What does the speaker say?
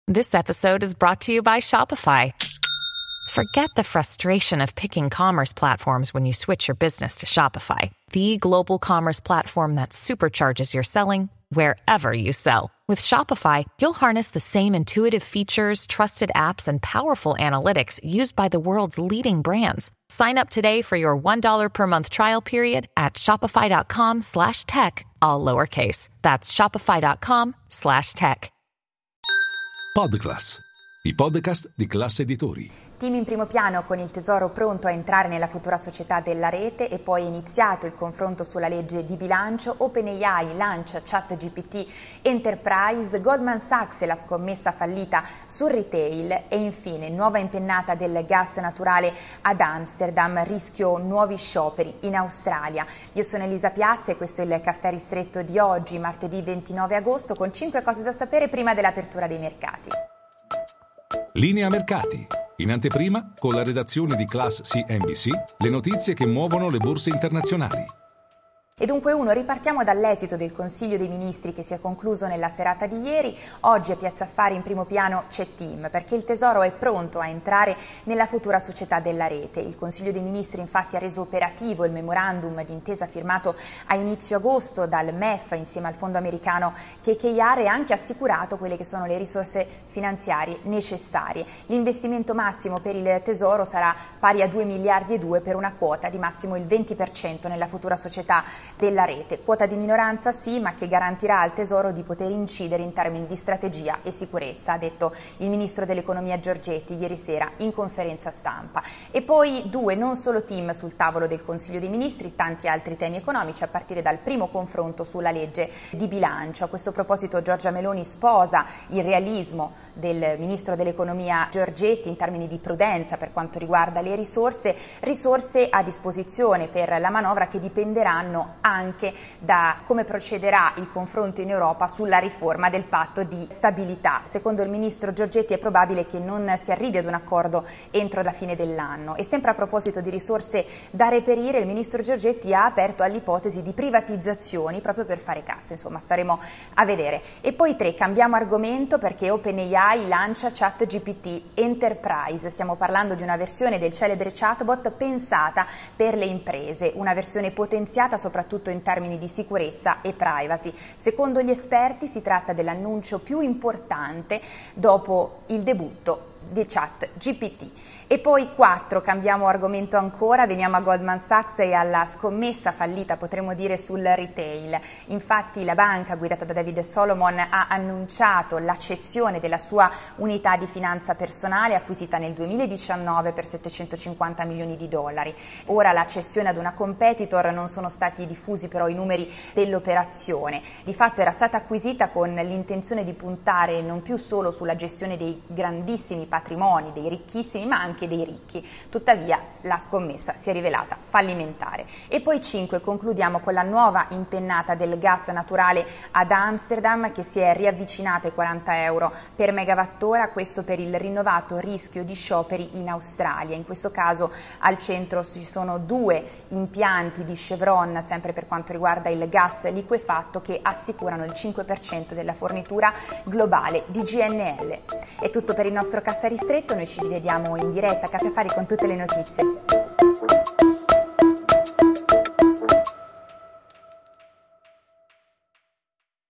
This episode is brought to you by Shopify. Forget the frustration of picking commerce platforms when you switch your business to Shopify, the global commerce platform that supercharges your selling wherever you sell. With Shopify, you'll harness the same intuitive features, trusted apps, and powerful analytics used by the world's leading brands. Sign up today for your $1 per month trial period at shopify.com/tech, all lowercase. That's shopify.com/tech. Podclass, i podcast di Class Editori. Team in primo piano con il Tesoro pronto a entrare nella futura società della rete e poi è iniziato il confronto sulla legge di bilancio. OpenAI lancia ChatGPT Enterprise, Goldman Sachs e la scommessa fallita sul retail e infine nuova impennata del gas naturale ad Amsterdam, rischio nuovi scioperi in Australia. Io sono Elisa Piazza e questo è il caffè ristretto di oggi, martedì 29 agosto, con 5 cose da sapere prima dell'apertura dei mercati. Linea mercati. In anteprima, con la redazione di Class CNBC, le notizie che muovono le borse internazionali. E dunque ripartiamo dall'esito del Consiglio dei Ministri che si è concluso nella serata di ieri. Oggi a Piazza Affari in primo piano c'è Team, perché il Tesoro è pronto a entrare nella futura società della rete. Il Consiglio dei Ministri infatti ha reso operativo il memorandum d'intesa firmato a inizio agosto dal MEF insieme al fondo americano KKR e anche assicurato quelle che sono le risorse finanziarie necessarie. L'investimento massimo per il Tesoro sarà pari a 2 miliardi e 2 per una quota di massimo il 20% nella futura società della rete, quota di minoranza sì, ma che garantirà al Tesoro di poter incidere in termini di strategia e sicurezza, ha detto il ministro dell'economia Giorgetti ieri sera in conferenza stampa. E poi non solo Team sul tavolo del Consiglio dei Ministri, tanti altri temi economici a partire dal primo confronto sulla legge di bilancio. A questo proposito Giorgia Meloni sposa il realismo del ministro dell'economia Giorgetti in termini di prudenza per quanto riguarda le risorse a disposizione per la manovra che dipenderanno anche da come procederà il confronto in Europa sulla riforma del patto di stabilità. Secondo il ministro Giorgetti è probabile che non si arrivi ad un accordo entro la fine dell'anno. E sempre a proposito di risorse da reperire, il ministro Giorgetti ha aperto all'ipotesi di privatizzazioni proprio per fare cassa, insomma staremo a vedere. E poi cambiamo argomento perché OpenAI lancia ChatGPT Enterprise. Stiamo parlando di una versione del celebre chatbot pensata per le imprese, una versione potenziata soprattutto in termini di sicurezza e privacy. Secondo gli esperti si tratta dell'annuncio più importante dopo il debutto di ChatGPT. E poi cambiamo argomento ancora, veniamo a Goldman Sachs e alla scommessa fallita, potremmo dire, sul retail. Infatti la banca guidata da David Solomon ha annunciato la cessione della sua unità di finanza personale acquisita nel 2019 per $750 milioni. Ora la cessione ad una competitor, non sono stati diffusi però i numeri dell'operazione. Di fatto era stata acquisita con l'intenzione di puntare non più solo sulla gestione dei grandissimi patrimoni, dei ricchissimi, ma anche dei ricchi. Tuttavia la scommessa si è rivelata fallimentare. E poi concludiamo con la nuova impennata del gas naturale ad Amsterdam che si è riavvicinata ai €40 per megawattora, questo per il rinnovato rischio di scioperi in Australia. In questo caso al centro ci sono 2 impianti di Chevron, sempre per quanto riguarda il gas liquefatto, che assicurano il 5% della fornitura globale di GNL. È tutto per il nostro caffè ristretto, noi ci rivediamo in diretta a Caffè Affari con tutte le notizie.